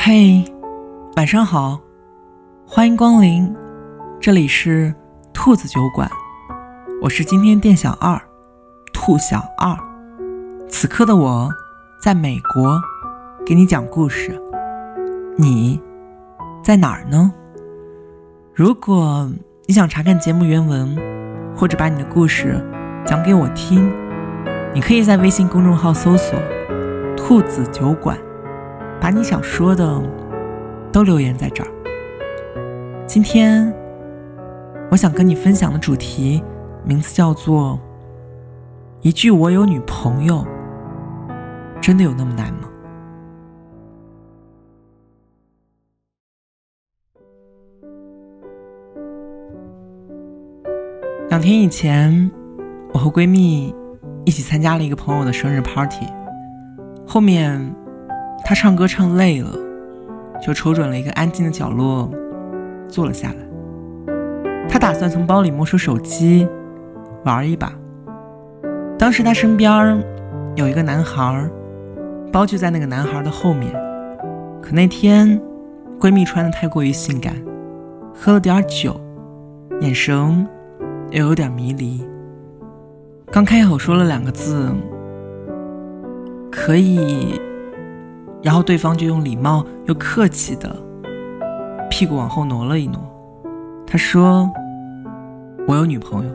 嘿，晚上好，欢迎光临，这里是兔子酒馆，我是今天店小二，兔小二。此刻的我在美国给你讲故事，你在哪儿呢？如果你想查看节目原文，或者把你的故事讲给我听，你可以在微信公众号搜索兔子酒馆，把你想说的都留言在这儿。今天我想跟你分享的主题名字叫做一句我有女朋友，真的有那么难吗？2天以前，我和闺蜜一起参加了一个朋友的生日 party， 后面她唱歌唱累了，就瞅准了一个安静的角落坐了下来。她打算从包里摸出手机玩一把。当时她身边有一个男孩，包就在那个男孩的后面。可那天闺蜜穿得太过于性感，喝了点酒，眼神也有点迷离，刚开口说了2个字可以，然后对方就用礼貌又客气的屁股往后挪了一挪。他说我有女朋友。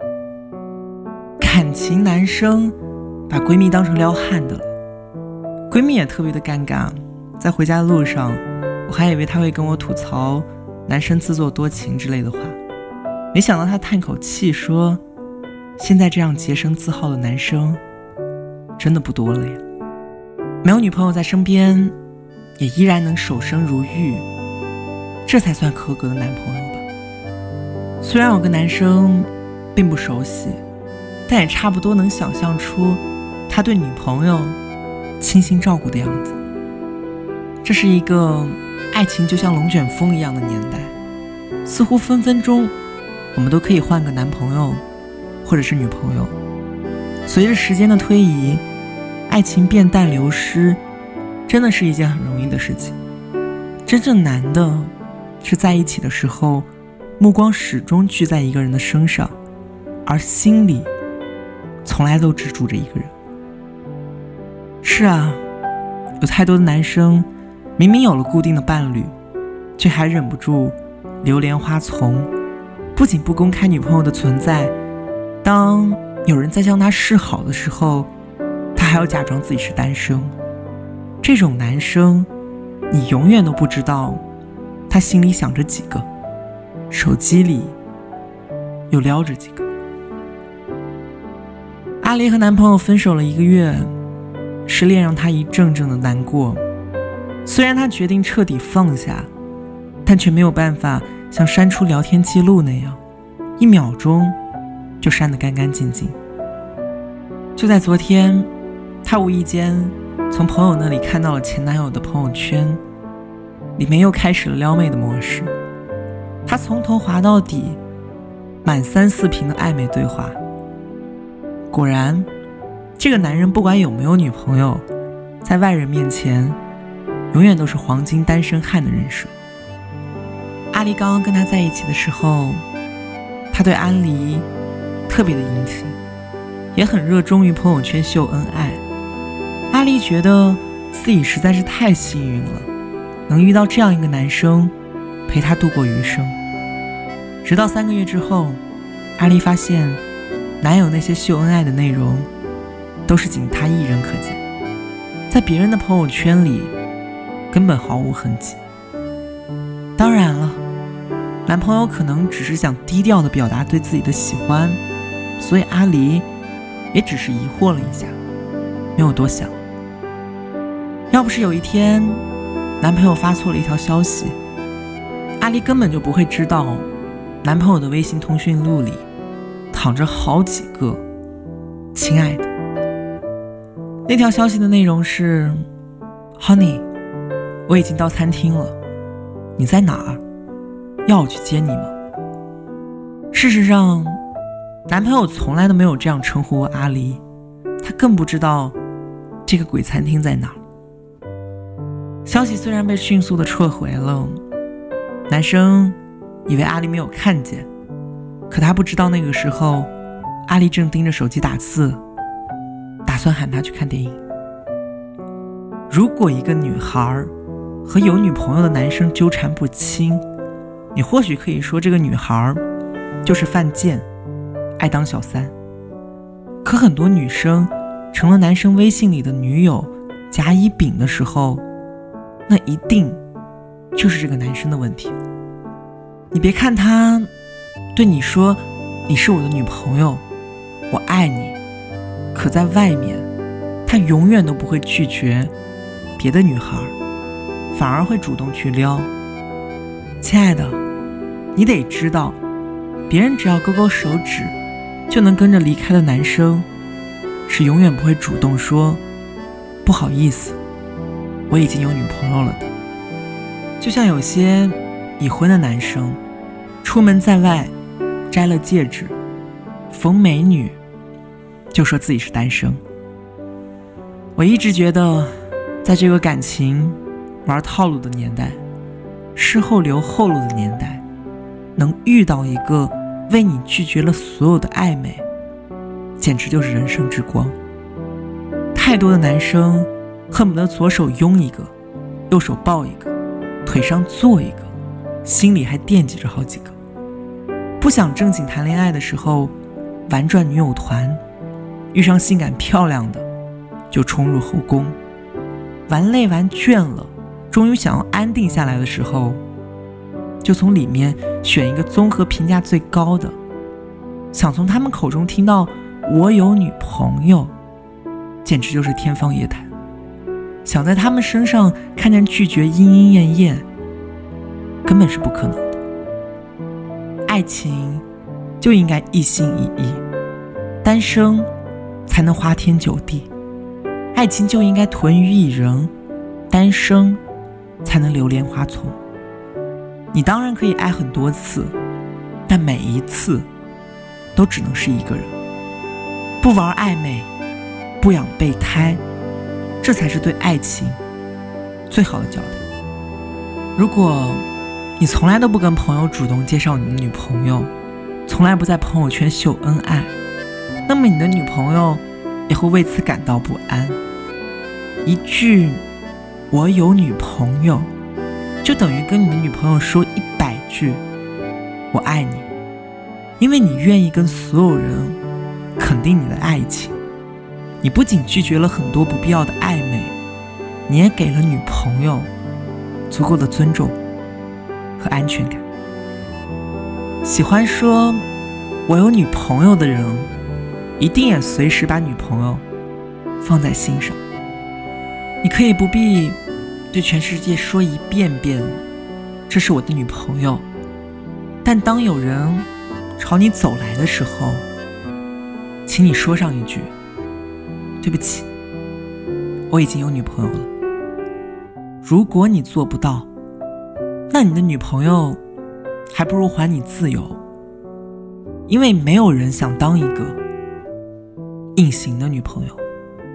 感情男生把闺蜜当成撩汉的了，闺蜜也特别的尴尬。在回家的路上，我还以为他会跟我吐槽男生自作多情之类的话，没想到他叹口气说，现在这样洁身自好的男生真的不多了呀。没有女朋友在身边，也依然能守身如玉，这才算合格的男朋友吧。虽然有个男生并不熟悉，但也差不多能想象出他对女朋友倾心照顾的样子。这是一个爱情就像龙卷风一样的年代，似乎分分钟我们都可以换个男朋友或者是女朋友。随着时间的推移，爱情变淡流失，真的是一件很容易的事情。真正难的是在一起的时候，目光始终聚在一个人的身上，而心里从来都只住着一个人。是啊，有太多的男生明明有了固定的伴侣，却还忍不住流连花丛，不仅不公开女朋友的存在，当有人在向他示好的时候，他还要假装自己是单身。这种男生，你永远都不知道他心里想着几个，手机里又撩着几个。阿狸和男朋友分手了1个月，失恋让她一阵阵的难过。虽然她决定彻底放下，但却没有办法像删除聊天记录那样1秒钟就删得干干净净。就在昨天，她无意间从朋友那里看到了前男友的朋友圈，里面又开始了撩妹的模式。她从头滑到底，满3、4屏的暧昧对话。果然，这个男人不管有没有女朋友，在外人面前永远都是黄金单身汉的人设。阿狸刚刚跟他在一起的时候，他对安妮特别的殷勤，也很热衷于朋友圈秀恩爱。阿狸觉得自己实在是太幸运了，能遇到这样一个男生陪她度过余生。直到3个月之后，阿狸发现男友那些秀恩爱的内容都是仅她一人可见，在别人的朋友圈里根本毫无痕迹。当然了，男朋友可能只是想低调地表达对自己的喜欢，所以阿狸也只是疑惑了一下，没有多想。要不是有一天男朋友发错了一条消息，阿狸根本就不会知道男朋友的微信通讯录里躺着好几个亲爱的。那条消息的内容是 Honey， 我已经到餐厅了，你在哪儿？要我去接你吗？事实上，男朋友从来都没有这样称呼过阿狸，他更不知道这个鬼餐厅在哪儿。 消息虽然被迅速的撤回了，男生以为阿丽没有看见，可他不知道那个时候阿丽正盯着手机打字，打算喊他去看电影。如果一个女孩和有女朋友的男生纠缠不清，你或许可以说这个女孩就是犯贱，爱当小三。可很多女生成了男生微信里的女友甲乙丙的时候，那一定就是这个男生的问题。你别看他对你说你是我的女朋友，我爱你，可在外面他永远都不会拒绝别的女孩，反而会主动去撩。亲爱的，你得知道，别人只要勾勾手指就能跟着离开的男生，是永远不会主动说不好意思，我已经有女朋友了的。就像有些已婚的男生，出门在外摘了戒指，逢美女就说自己是单身。我一直觉得，在这个感情玩套路的年代，事后留后路的年代，能遇到一个为你拒绝了所有的暧昧，简直就是人生之光。太多的男生恨不得左手拥一个，右手抱一个，腿上坐一个，心里还惦记着好几个。不想正经谈恋爱的时候玩转女友团，遇上性感漂亮的就冲入后宫，玩累玩倦了，终于想要安定下来的时候，就从里面选一个综合评价最高的，想从他们口中听到我有女朋友，简直就是天方夜谭。想在他们身上看见拒绝莺莺燕燕，根本是不可能的。爱情就应该一心一意，单身才能花天酒地。爱情就应该屯于一人，单身才能流连花丛。你当然可以爱很多次，但每一次都只能是一个人。不玩暧昧，不养备胎，这才是对爱情最好的交代。如果你从来都不跟朋友主动介绍你的女朋友，从来不在朋友圈秀恩爱，那么你的女朋友也会为此感到不安。一句我有女朋友，就等于跟你的女朋友说100句我爱你，因为你愿意跟所有人肯定你的爱情。你不仅拒绝了很多不必要的暧昧，你也给了女朋友足够的尊重和安全感。喜欢说我有女朋友的人，一定也随时把女朋友放在心上。你可以不必对全世界说一遍遍这是我的女朋友，但当有人朝你走来的时候，请你说上一句对不起，我已经有女朋友了。如果你做不到，那你的女朋友还不如还你自由，因为没有人想当一个隐形的女朋友。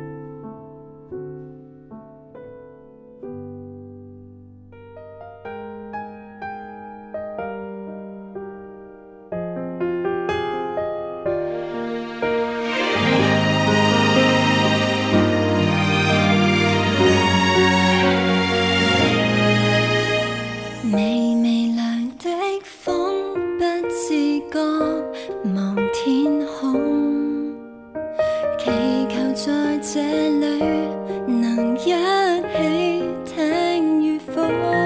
你微亮的风不自覺望天空，祈求在這裏能一起聽雨風，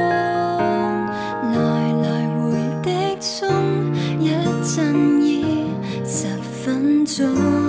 來來回的鐘一陣已10分鐘，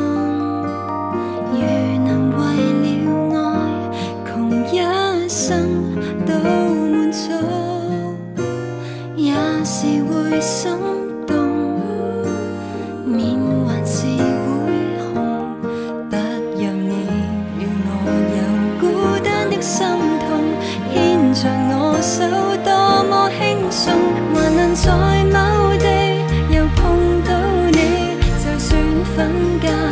如能為了愛窮一生都滿足，也是會心動，面還是會紅，不讓你與我有孤單的心痛，牽着我手多麼輕鬆，還能在某地又碰到你，就算分隔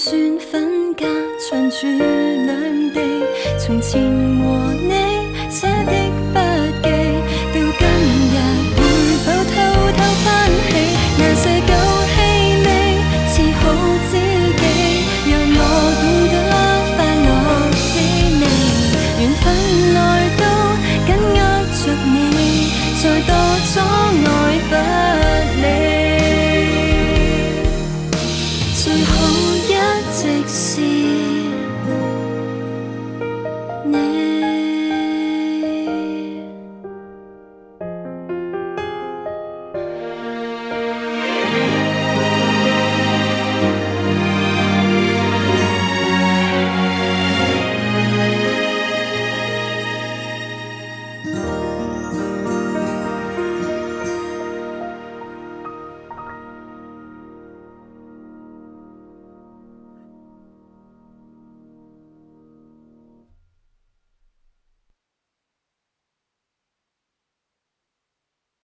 算